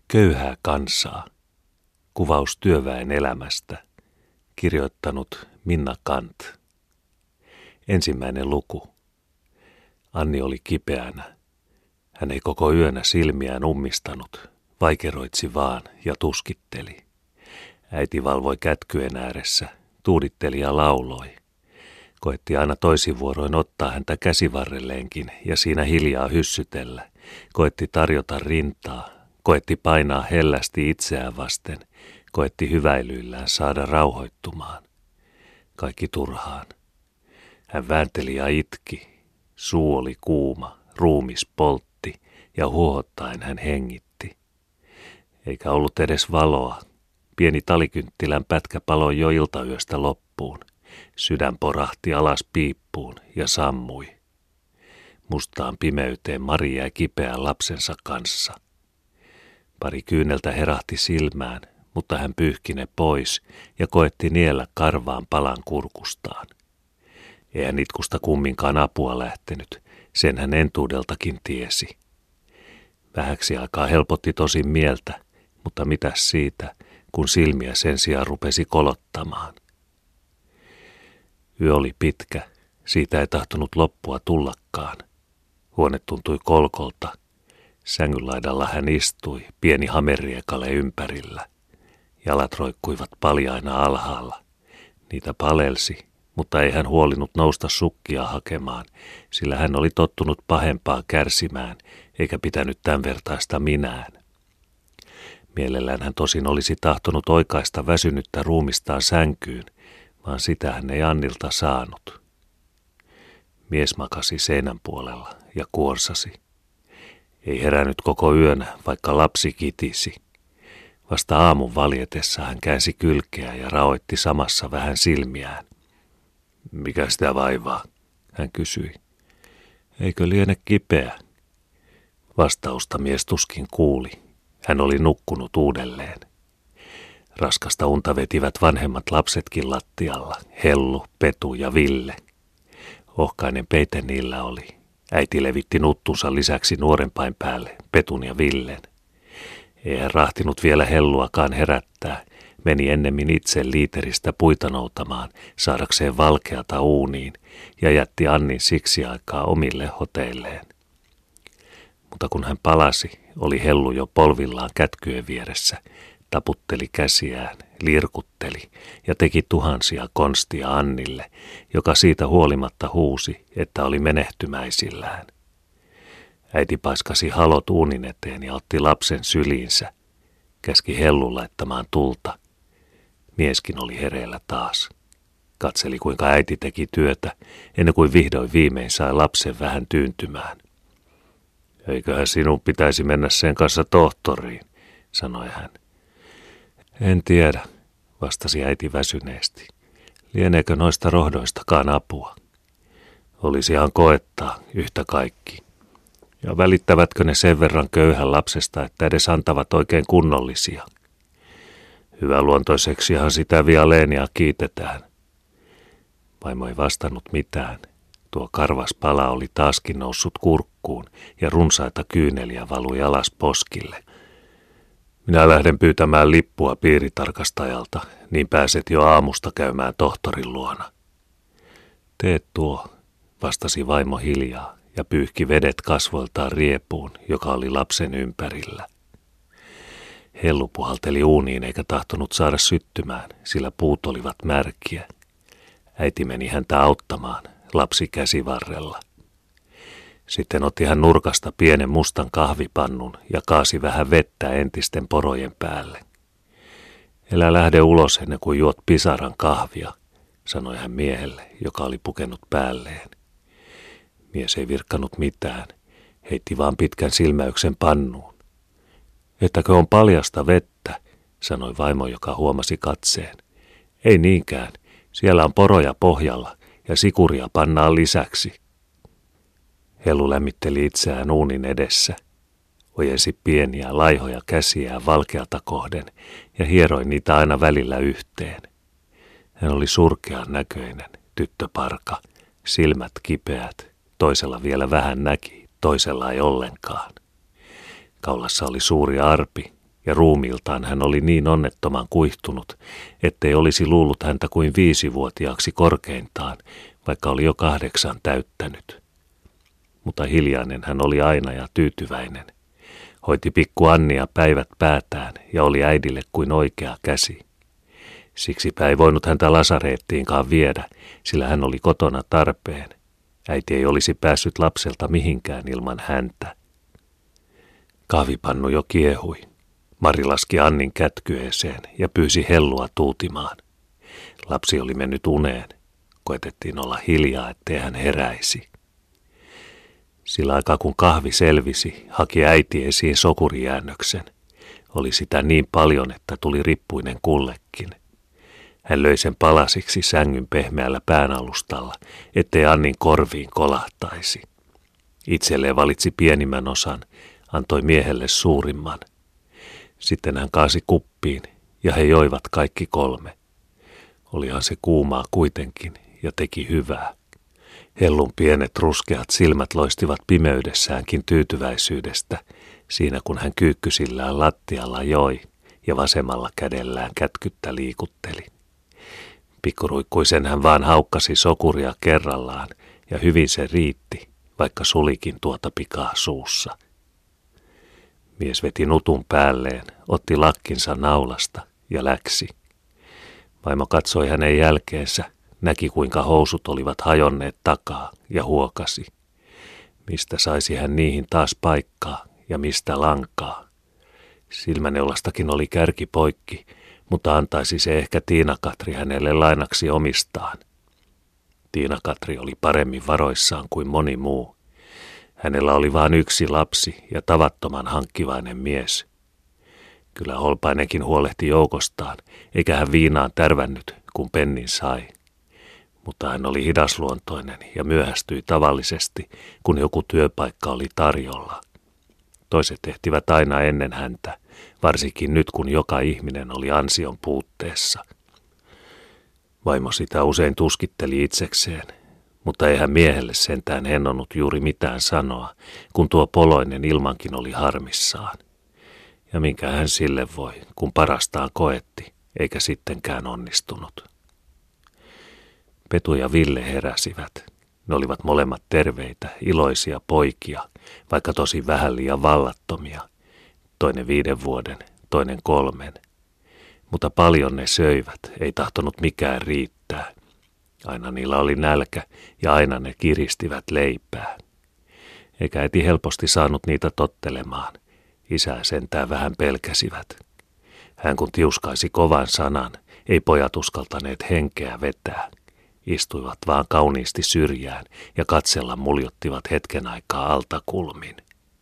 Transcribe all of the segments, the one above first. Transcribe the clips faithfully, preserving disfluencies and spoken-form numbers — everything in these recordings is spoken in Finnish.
Köyhää kansaa. Kuvaus työväen elämästä. Kirjoittanut Minna Kant. Ensimmäinen luku. Anni oli kipeänä. Hän ei koko yönä silmiään ummistanut, vaikeroitsi vaan ja tuskitteli. Äiti valvoi kätkyen ääressä, tuuditteli ja lauloi. Koetti aina toisin vuoroin ottaa häntä käsivarrelleenkin ja siinä hiljaa hyssytellä. Koetti tarjota rintaa, koetti painaa hellästi itseään vasten, koetti hyväilyillään saada rauhoittumaan. Kaikki turhaan. Hän väänteli ja itki. Suu oli kuuma, ruumis poltti ja huohottaen hän hengitti. Eikä ollut edes valoa. Pieni talikynttilän pätkä paloi jo iltayöstä loppuun. Sydän porahti alas piippuun ja sammui. Mustaan pimeyteen Mari jäi kipeän lapsensa kanssa. Pari kyyneltä herahti silmään, mutta hän pyyhki ne pois ja koetti niellä karvaan palan kurkustaan. Eihän itkusta kumminkaan apua lähtenyt, sen hän entuudeltakin tiesi. Vähäksi aikaa helpotti tosin mieltä, mutta mitäs siitä, kun silmiä sen sijaan rupesi kolottamaan. Yö oli pitkä, siitä ei tahtonut loppua tullakaan. Huone tuntui kolkolta. Sängyn laidalla hän istui, pieni hameriekale ympärillä. Jalat roikkuivat paljaina alhaalla. Niitä palelsi, mutta ei hän huolinut nousta sukkia hakemaan, sillä hän oli tottunut pahempaa kärsimään, eikä pitänyt tämän vertaista minään. Mielellään hän tosin olisi tahtonut oikaista väsynyttä ruumistaan sänkyyn, vaan sitä hän ei Annilta saanut. Mies makasi seinän puolella ja kuorsasi. Ei herännyt koko yönä, vaikka lapsi kitisi. Vasta aamun valjetessa hän käänsi kylkeä ja raoitti samassa vähän silmiään. Mikä sitä vaivaa? Hän kysyi. Eikö liene kipeä? Vastausta mies tuskin kuuli. Hän oli nukkunut uudelleen. Raskasta unta vetivät vanhemmat lapsetkin lattialla, Hellu, Petu ja Ville. Ohkainen peite niillä oli. Äiti levitti nuttunsa lisäksi nuorempain päälle, Petun ja Villen. Ei hän rahtinut vielä Helluakaan herättää, meni ennemmin itse liiteristä puita noutamaan, saadakseen valkeata uuniin, ja jätti Annin siksi aikaa omille hoteilleen. Mutta kun hän palasi, oli Hellu jo polvillaan kätkyen vieressä, taputteli käsiään, lirkutteli ja teki tuhansia konstia Annille, joka siitä huolimatta huusi, että oli menehtymäisillään. Äiti paiskasi halot uunin eteen ja otti lapsen syliinsä, käski Hellun laittamaan tulta. Mieskin oli hereillä taas. Katseli, kuinka äiti teki työtä, ennen kuin vihdoin viimein sai lapsen vähän tyyntymään. Eiköhän sinun pitäisi mennä sen kanssa tohtoriin, sanoi hän. En tiedä, vastasi äiti väsyneesti. Lieneekö noista rohdoistakaan apua? Olisihan koettaa yhtä kaikki. Ja välittävätkö ne sen verran köyhän lapsesta, että edes antavat oikein kunnollisia? Hyväluontoiseksihan sitä Vialeenia kiitetään. Vaimo ei vastannut mitään. Tuo karvas pala oli taaskin noussut kurkkuun ja runsaita kyyneliä valui alas poskille. Minä lähden pyytämään lippua piiritarkastajalta, niin pääset jo aamusta käymään tohtorin luona. Tee tuo, vastasi vaimo hiljaa ja pyyhki vedet kasvoiltaan riepuun, joka oli lapsen ympärillä. Hellu puhalteli uuniin eikä tahtonut saada syttymään, sillä puut olivat märkiä. Äiti meni häntä auttamaan, lapsi käsivarrella. Sitten otti hän nurkasta pienen mustan kahvipannun ja kaasi vähän vettä entisten porojen päälle. Elä lähde ulos ennen kuin juot pisaran kahvia, sanoi hän miehelle, joka oli pukenut päälleen. Mies ei virkkanut mitään, heitti vaan pitkän silmäyksen pannuun. Ettäkö on paljasta vettä, sanoi vaimo, joka huomasi katseen. Ei niinkään, siellä on poroja pohjalla ja sikuria pannaan lisäksi. Hellu lämmitteli itseään uunin edessä, ojensi pieniä laihoja käsiään valkealta kohden ja hieroi niitä aina välillä yhteen. Hän oli surkean näköinen, tyttöparka, silmät kipeät, toisella vielä vähän näki, toisella ei ollenkaan. Kaulassa oli suuri arpi ja ruumiiltaan hän oli niin onnettoman kuihtunut, ettei olisi luullut häntä kuin viisivuotiaaksi korkeintaan, vaikka oli jo kahdeksan täyttänyt. Mutta hiljainen hän oli aina ja tyytyväinen. Hoiti pikku Annia päivät päätään ja oli äidille kuin oikea käsi. Siksipä ei voinut häntä lasareettiinkaan viedä, sillä hän oli kotona tarpeen. Äiti ei olisi päässyt lapselta mihinkään ilman häntä. Kahvipannu jo kiehui. Mari laski Annin kätkyeeseen ja pyysi Hellua tuutimaan. Lapsi oli mennyt uneen. Koetettiin olla hiljaa, ettei hän heräisi. Sillä aikaa kun kahvi selvisi, haki äiti esiin sokurijäännöksen. Oli sitä niin paljon, että tuli rippuinen kullekin. Hän löi sen palasiksi sängyn pehmeällä päänalustalla, ettei Annin korviin kolahtaisi. Itselleen valitsi pienimmän osan, antoi miehelle suurimman. Sitten hän kaasi kuppiin ja he joivat kaikki kolme. Olihan se kuumaa kuitenkin ja teki hyvää. Hellun pienet ruskeat silmät loistivat pimeydessäänkin tyytyväisyydestä, siinä kun hän kyykkysillään lattialla joi ja vasemmalla kädellään kätkyttä liikutteli. Pikkuruikkuisen hän vaan haukkasi sokuria kerrallaan ja hyvin se riitti, vaikka sulikin tuota pikaa suussa. Mies veti nutun päälleen, otti lakkinsa naulasta ja läksi. Vaimo katsoi hänen jälkeensä, näki kuinka housut olivat hajonneet takaa ja huokasi. Mistä saisi hän niihin taas paikkaa ja mistä lankaa? Silmäneulastakin oli kärki poikki, mutta antaisi se ehkä Tiina-Katri hänelle lainaksi omistaan. Tiina-Katri oli paremmin varoissaan kuin moni muu. Hänellä oli vain yksi lapsi ja tavattoman hankkivainen mies. Kyllä Holpainenkin huolehti joukostaan, eikä hän viinaan tärvännyt, kun pennin sai. Mutta hän oli hidasluontoinen ja myöhästyi tavallisesti, kun joku työpaikka oli tarjolla. Toiset tehtivät aina ennen häntä, varsinkin nyt kun joka ihminen oli ansion puutteessa. Vaimo sitä usein tuskitteli itsekseen, mutta eihän miehelle sentään hennonut juuri mitään sanoa, kun tuo poloinen ilmankin oli harmissaan. Ja minkä hän sille voi, kun parastaan koetti, eikä sittenkään onnistunut. Petu ja Ville heräsivät. Ne olivat molemmat terveitä, iloisia poikia, vaikka tosi vähän liian vallattomia. Toinen viiden vuoden, toinen kolmen. Mutta paljon ne söivät, ei tahtonut mikään riittää. Aina niillä oli nälkä ja aina ne kiristivät leipää. Eikä äiti helposti saanut niitä tottelemaan. Isää sentään vähän pelkäsivät. Hän kun tiuskaisi kovan sanan, ei pojat uskaltaneet henkeä vetää. Istuivat vaan kauniisti syrjään ja katsella muljottivat hetken aikaa altakulmin.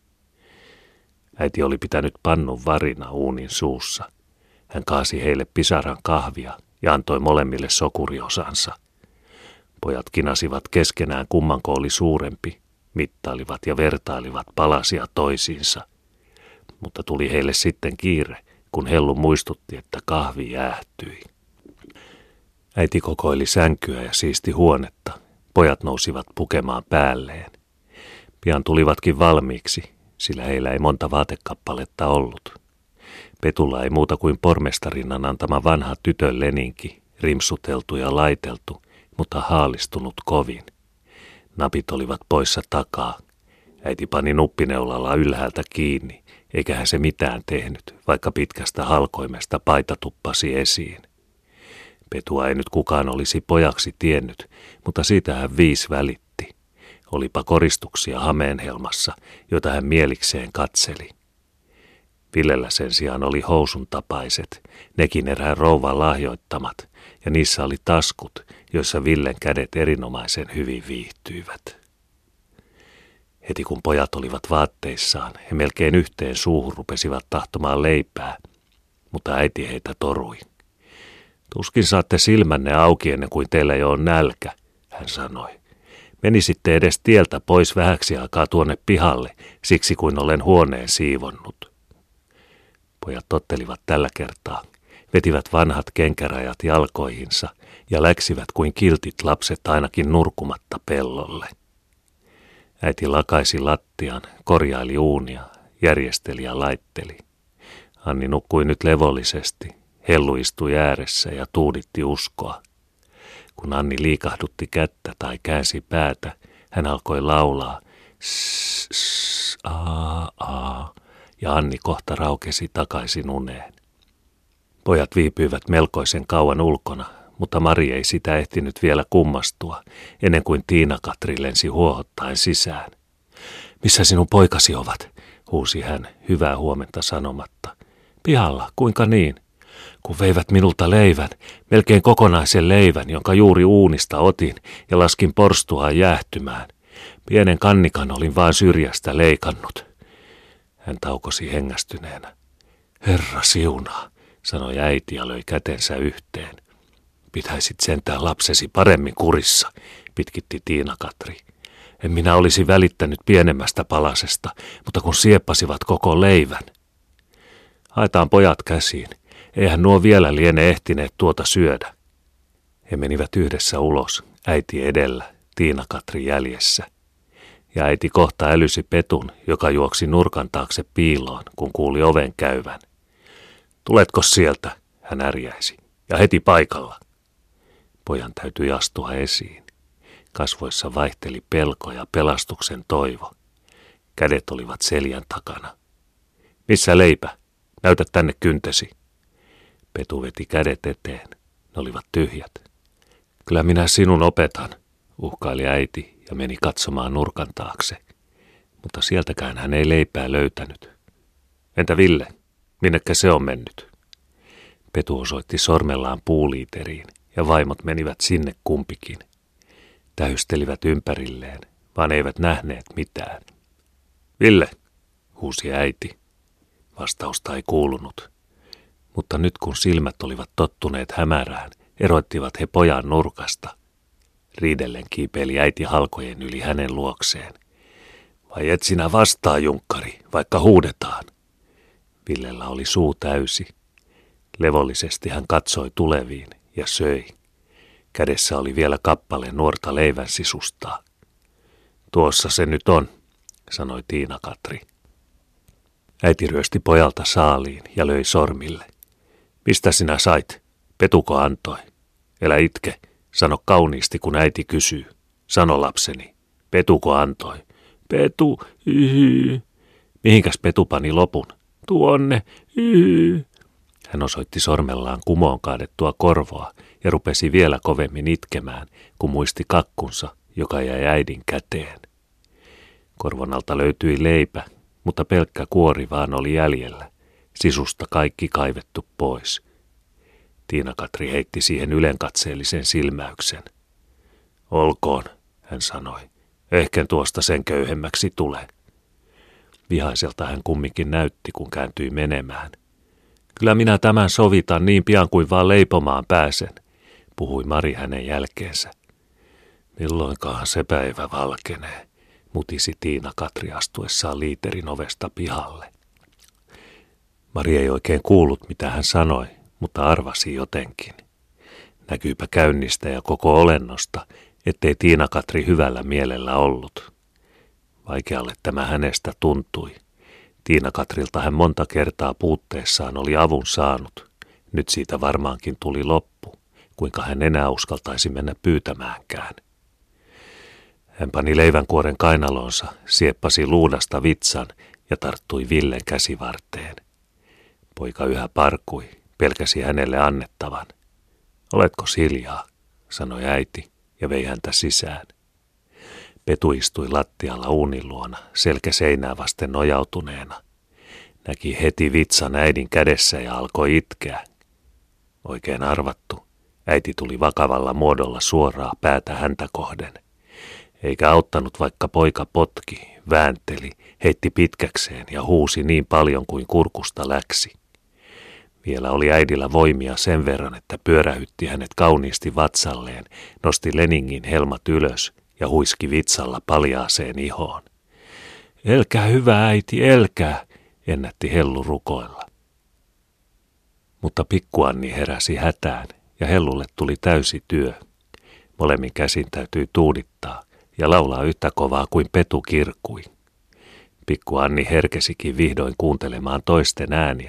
Äiti oli pitänyt pannun varina uunin suussa. Hän kaasi heille pisaran kahvia ja antoi molemmille sokuriosansa. Pojat kinasivat keskenään kummanko oli suurempi, mittailivat ja vertailivat palasia toisiinsa. Mutta tuli heille sitten kiire, kun Hellu muistutti, että kahvi jäähtyi. Äiti kokoili sänkyä ja siisti huonetta. Pojat nousivat pukemaan päälleen. Pian tulivatkin valmiiksi, sillä heillä ei monta vaatekappaletta ollut. Petulla ei muuta kuin pormestarinnan antama vanha tytön leninki, rimsuteltu ja laiteltu, mutta haalistunut kovin. Napit olivat poissa takaa. Äiti pani nuppineulalla ylhäältä kiinni, eikä se mitään tehnyt, vaikka pitkästä halkoimesta paita tuppasi esiin. Petua ei nyt kukaan olisi pojaksi tiennyt, mutta siitä hän viis välitti. Olipa koristuksia hameenhelmassa, joita hän mielikseen katseli. Villellä sen sijaan oli housun tapaiset, nekin erään rouvan lahjoittamat, ja niissä oli taskut, joissa Villen kädet erinomaisen hyvin viihtyivät. Heti kun pojat olivat vaatteissaan, he melkein yhteen suuhun rupesivat tahtomaan leipää, mutta äiti heitä torui. Tuskin saatte silmänne auki ennen kuin teillä jo on nälkä, hän sanoi. Menisitte edes tieltä pois vähäksi aikaa tuonne pihalle, siksi kuin olen huoneen siivonnut. Pojat tottelivat tällä kertaa, vetivät vanhat kenkärajat jalkoihinsa ja läksivät kuin kiltit lapset ainakin nurkumatta pellolle. Äiti lakaisi lattian, korjaili uunia, järjesteli ja laitteli. Anni nukkui nyt levollisesti. Hellu istui ääressä ja tuuditti uskoa. Kun Anni liikahdutti kättä tai käänsi päätä, hän alkoi laulaa s s a a ja Anni kohta raukesi takaisin uneen. Pojat viipyivät melkoisen kauan ulkona, mutta Mari ei sitä ehtinyt vielä kummastua, ennen kuin Tiina-Katri lensi huohottaen sisään. Missä sinun poikasi ovat? Huusi hän, hyvää huomenta sanomatta. Pihalla, kuinka niin? Kun veivät minulta leivän, melkein kokonaisen leivän, jonka juuri uunista otin ja laskin porstuaan jäähtymään. Pienen kannikan olin vaan syrjästä leikannut. Hän taukosi hengästyneenä. Herra siunaa, sanoi äiti ja löi kätensä yhteen. Pitäisit sentään lapsesi paremmin kurissa, pitkitti Tiina-Katri. En minä olisi välittänyt pienemmästä palasesta, mutta kun sieppasivat koko leivän. Haetaan pojat käsiin. Eihän nuo vielä liene ehtineet tuota syödä. He menivät yhdessä ulos, äiti edellä, Tiina-Katri jäljessä. Ja äiti kohta älysi Petun, joka juoksi nurkan taakse piiloon, kun kuuli oven käyvän. Tuletko sieltä, hän ärjäisi, ja heti paikalla. Pojan täytyi astua esiin. Kasvoissa vaihteli pelko ja pelastuksen toivo. Kädet olivat seljän takana. Missä leipä? Näytä tänne kyntesi. Petu veti kädet eteen. Ne olivat tyhjät. Kyllä minä sinun opetan, uhkaili äiti ja meni katsomaan nurkan taakse. Mutta sieltäkään hän ei leipää löytänyt. Entä Ville? Minnekä se on mennyt? Petu osoitti sormellaan puuliiteriin ja vaimot menivät sinne kumpikin. Tähystelivät ympärilleen, vaan eivät nähneet mitään. Ville, huusi äiti. Vastausta ei kuulunut. Mutta nyt kun silmät olivat tottuneet hämärään, eroittivat he pojan nurkasta. Riidellen kiipeili äiti halkojen yli hänen luokseen. Vai et sinä vastaa, junkkari, vaikka huudetaan? Villellä oli suu täysi. Levollisesti hän katsoi tuleviin ja söi. Kädessä oli vielä kappale nuorta leivän sisustaa. Tuossa se nyt on, sanoi Tiina-Katri. Äiti ryösti pojalta saaliin ja löi sormille. Mistä sinä sait? Petuko antoi? Älä itke, sano kauniisti kun äiti kysyy. Sano lapseni, Petuko antoi? Petu, yhy. Mihinkäs Petu pani lopun? Tuonne, yhy. Hän osoitti sormellaan kumoon kaadettua korvoa ja rupesi vielä kovemmin itkemään, kun muisti kakkunsa, joka jäi äidin käteen. Korvon alta löytyi leipä, mutta pelkkä kuori vaan oli jäljellä, sisusta kaikki kaivettu pois. Tiina-Katri heitti siihen ylenkatseellisen silmäyksen. Olkoon, hän sanoi, ehkä tuosta sen köyhemmäksi tulee. Vihaiselta hän kumminkin näytti, kun kääntyi menemään. Kyllä minä tämän sovitan niin pian kuin vaan leipomaan pääsen, puhui Mari hänen jälkeensä. Milloinkaan se päivä valkenee, mutisi Tiina-Katri astuessaan liiterin ovesta pihalle. Mari ei oikein kuullut, mitä hän sanoi, mutta arvasi jotenkin. Näkyypä käynnistä ja koko olennosta, ettei Tiina-Katri hyvällä mielellä ollut. Vaikealle tämä hänestä tuntui. Tiina-Katrilta hän monta kertaa puutteessaan oli avun saanut. Nyt siitä varmaankin tuli loppu, kuinka hän enää uskaltaisi mennä pyytämäänkään. Hän pani leivänkuoren kainalonsa, sieppasi luudasta vitsan ja tarttui Villen käsivarteen. Poika yhä parkui, pelkäsi hänelle annettavan. Oletko hiljaa, sanoi äiti ja vei häntä sisään. Petu istui lattialla uunin luona, selkä seinää vasten nojautuneena. Näki heti vitsan äidin kädessä ja alkoi itkeä. Oikein arvattu, äiti tuli vakavalla muodolla suoraa päätä häntä kohden. Eikä auttanut, vaikka poika potki, väänteli, heitti pitkäkseen ja huusi niin paljon kuin kurkusta läksi. Vielä oli äidillä voimia sen verran, että pyörähytti hänet kauniisti vatsalleen, nosti Leningin helmat ylös ja huiski vitsalla paljaaseen ihoon. Elkää hyvä äiti, elkää, ennätti Hellu rukoilla. Mutta pikkuanni heräsi hätään ja Hellulle tuli täysi työ. Molemmin käsin täytyi tuudittaa ja laulaa yhtä kovaa kuin Petu kirkui. Pikku Anni herkesikin vihdoin kuuntelemaan toisten ääniä,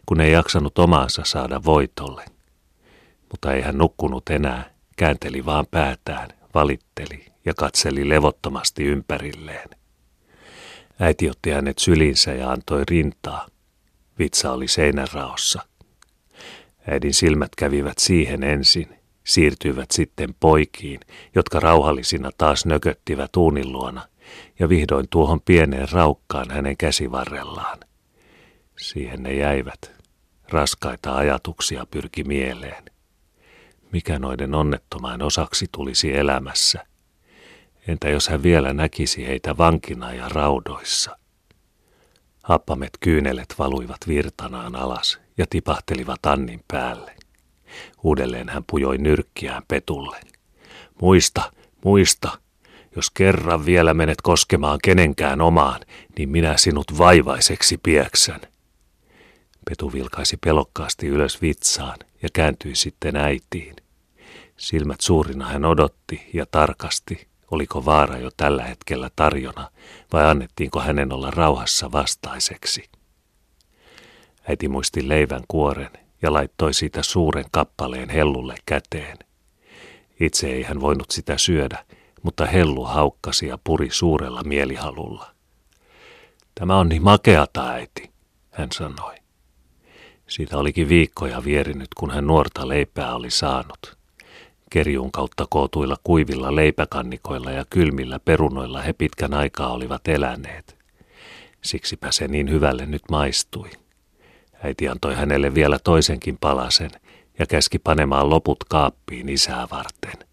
kun ei jaksanut omaansa saada voitolle. Mutta ei hän nukkunut enää, käänteli vaan päätään, valitteli ja katseli levottomasti ympärilleen. Äiti otti hänet syliinsä ja antoi rintaa. Vitsa oli seinänraossa. Äidin silmät kävivät siihen ensin, siirtyivät sitten poikiin, jotka rauhallisina taas nököttivät uunin luona, ja vihdoin tuohon pieneen raukkaan hänen käsivarrellaan. Siihen ne jäivät. Raskaita ajatuksia pyrki mieleen. Mikä noiden onnettomaan osaksi tulisi elämässä? Entä jos hän vielä näkisi heitä vankina ja raudoissa? Happamet kyynelet valuivat virtanaan alas ja tipahtelivat Annin päälle. Uudelleen hän pujoi nyrkkiään Petulle. Muista, muista, jos kerran vielä menet koskemaan kenenkään omaan, niin minä sinut vaivaiseksi pieksän. Petu vilkaisi pelokkaasti ylös vitsaan ja kääntyi sitten äitiin. Silmät suurina hän odotti ja tarkasti, oliko vaara jo tällä hetkellä tarjona vai annettiinko hänen olla rauhassa vastaiseksi. Äiti muisti leivän kuoren ja laittoi siitä suuren kappaleen Hellulle käteen. Itse ei hän voinut sitä syödä, mutta Hellu haukkasi ja puri suurella mielihalulla. Tämä on niin makeata, äiti, hän sanoi. Siitä olikin viikkoja vierinyt, kun hän nuorta leipää oli saanut. Kerjuun kautta kootuilla kuivilla leipäkannikoilla ja kylmillä perunoilla he pitkän aikaa olivat eläneet. Siksipä se niin hyvälle nyt maistui. Äiti antoi hänelle vielä toisenkin palasen ja käski panemaan loput kaappiin isää varten.